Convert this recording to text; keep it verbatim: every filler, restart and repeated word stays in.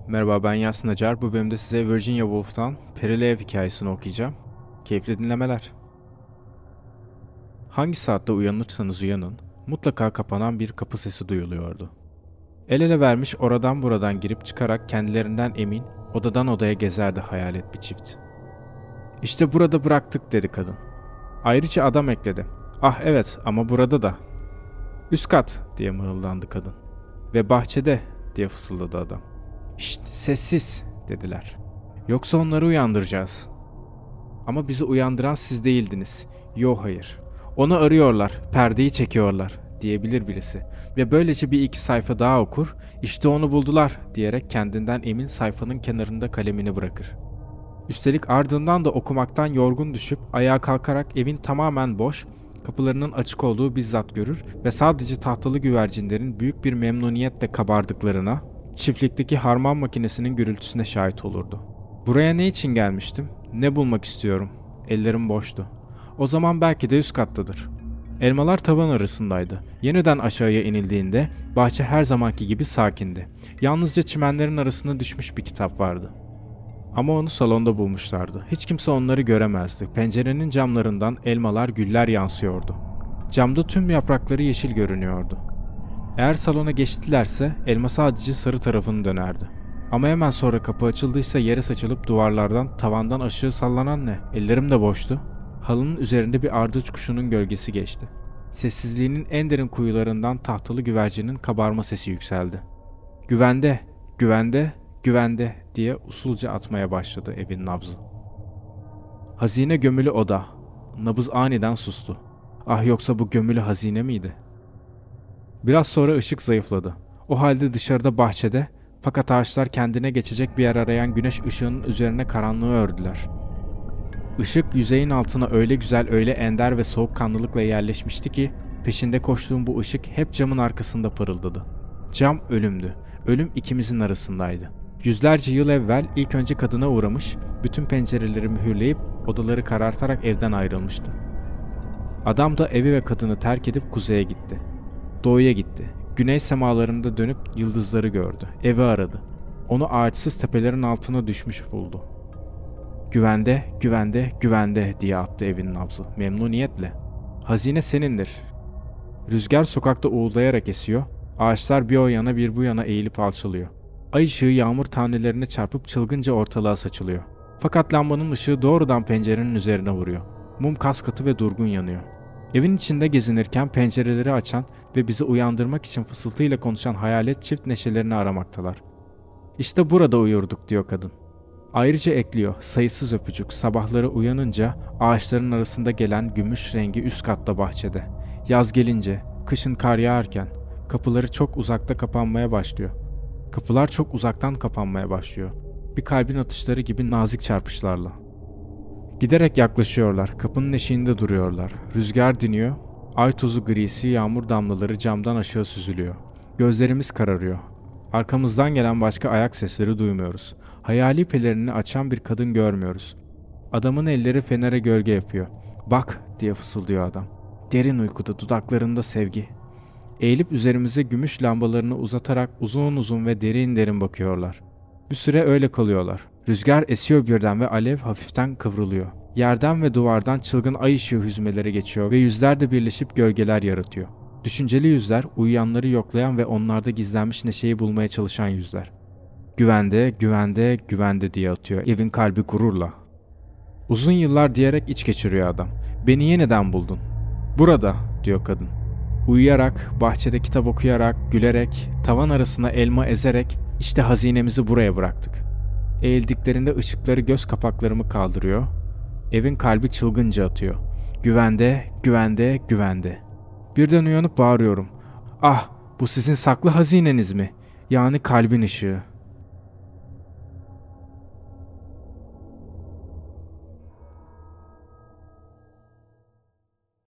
Merhaba, ben Yasin Acar. Bu bölümde size Virginia Woolf'tan Perili Ev hikayesini okuyacağım. Keyifli dinlemeler. Hangi saatte uyanırsanız uyanın, mutlaka kapanan bir kapı sesi duyuluyordu. El ele vermiş oradan buradan girip çıkarak kendilerinden emin, odadan odaya gezerdi hayalet bir çift. "İşte burada bıraktık," dedi kadın. Ayrıca adam ekledi. "Ah evet, ama burada da." "Üst kat," diye mırıldandı kadın. "Ve bahçede," diye fısıldadı adam. "Şşt, sessiz," dediler. "Yoksa onları uyandıracağız." "Ama bizi uyandıran siz değildiniz." "Yo, hayır. Onu arıyorlar, perdeyi çekiyorlar," diyebilir birisi. Ve böylece bir iki sayfa daha okur, "İşte onu buldular," diyerek kendinden emin sayfanın kenarında kalemini bırakır. Üstelik ardından da okumaktan yorgun düşüp ayağa kalkarak evin tamamen boş, kapılarının açık olduğu bizzat görür ve sadece tahtalı güvercinlerin büyük bir memnuniyetle kabardıklarına, çiftlikteki harman makinesinin gürültüsüne şahit olurdu. "Buraya ne için gelmiştim? Ne bulmak istiyorum?" Ellerim boştu. "O zaman belki de üst kattadır." Elmalar tavan arasındaydı. Yeniden aşağıya inildiğinde bahçe her zamanki gibi sakindi. Yalnızca çimenlerin arasına düşmüş bir kitap vardı. Ama onu salonda bulmuşlardı. Hiç kimse onları göremezdi. Pencerenin camlarından elmalar, güller yansıyordu. Camda tüm yaprakları yeşil görünüyordu. Eğer salona geçtilerse elma sadece sarı tarafını dönerdi. Ama hemen sonra kapı açıldıysa yere saçılıp duvarlardan, tavandan aşağı sallanan ne? Ellerim de boştu. Halının üzerinde bir ardıç kuşunun gölgesi geçti. Sessizliğinin en derin kuyularından tahtalı güvercinin kabarma sesi yükseldi. "Güvende, güvende, güvende," diye usulca atmaya başladı evin nabzı. Hazine gömülü oda. Nabız aniden sustu. Ah, yoksa bu gömülü hazine miydi? Biraz sonra ışık zayıfladı. O halde dışarıda bahçede, fakat ağaçlar kendine geçecek bir yer arayan güneş ışığının üzerine karanlığı ördüler. Işık yüzeyin altına öyle güzel, öyle ender ve soğukkanlılıkla yerleşmişti ki peşinde koştuğum bu ışık hep camın arkasında parıldadı. Cam ölümdü. Ölüm ikimizin arasındaydı. Yüzlerce yıl evvel ilk önce kadına uğramış, bütün pencereleri mühürleyip odaları karartarak evden ayrılmıştı. Adam da evi ve kadını terk edip kuzeye gitti. Doğuya gitti. Güney semalarında dönüp yıldızları gördü. Evi aradı. Onu ağaçsız tepelerin altına düşmüş buldu. "Güvende, güvende, güvende," diye attı evin nabzı memnuniyetle. "Hazine senindir." Rüzgar sokakta uğuldayarak esiyor. Ağaçlar bir o yana bir bu yana eğilip alçalıyor. Ay ışığı yağmur tanelerine çarpıp çılgınca ortalığa saçılıyor. Fakat lambanın ışığı doğrudan pencerenin üzerine vuruyor. Mum kaskatı ve durgun yanıyor. Evin içinde gezinirken pencereleri açan ve bizi uyandırmak için fısıltıyla konuşan hayalet çift neşelerini aramaktalar. "İşte burada uyurduk," diyor kadın. Ayrıca ekliyor, sayısız öpücük sabahları uyanınca ağaçların arasında gelen gümüş rengi üst katta bahçede. Yaz gelince, kışın kar yağarken kapıları çok uzakta kapanmaya başlıyor. Kapılar çok uzaktan kapanmaya başlıyor. Bir kalbin atışları gibi nazik çarpışlarla. Giderek yaklaşıyorlar, kapının eşiğinde duruyorlar. Rüzgar diniyor, ay tozu grisi yağmur damlaları camdan aşağı süzülüyor. Gözlerimiz kararıyor. Arkamızdan gelen başka ayak sesleri duymuyoruz. Hayali pelerini açan bir kadın görmüyoruz. Adamın elleri fenere gölge yapıyor. "Bak," diye fısıldıyor adam. Derin uykuda, dudaklarında sevgi. Eğilip üzerimize gümüş lambalarını uzatarak uzun uzun ve derin derin bakıyorlar. Bir süre öyle kalıyorlar. Rüzgar esiyor birden ve alev hafiften kıvrılıyor. Yerden ve duvardan çılgın ay ışığı hüzmeleri geçiyor ve yüzler de birleşip gölgeler yaratıyor. Düşünceli yüzler, uyuyanları yoklayan ve onlarda gizlenmiş neşeyi bulmaya çalışan yüzler. "Güvende, güvende, güvende," diye atıyor evin kalbi gururla. "Uzun yıllar," diyerek iç geçiriyor adam. "Beni yeniden buldun." "Burada," diyor kadın. Uyuyarak, bahçede kitap okuyarak, gülerek, tavan arasına elma ezerek işte hazinemizi buraya bıraktık. Eğildiklerinde ışıkları göz kapaklarımı kaldırıyor. Evin kalbi çılgınca atıyor. "Güvende, güvende, güvende." Birden uyanıp bağırıyorum. "Ah, bu sizin saklı hazineniz mi? Yani kalbin ışığı."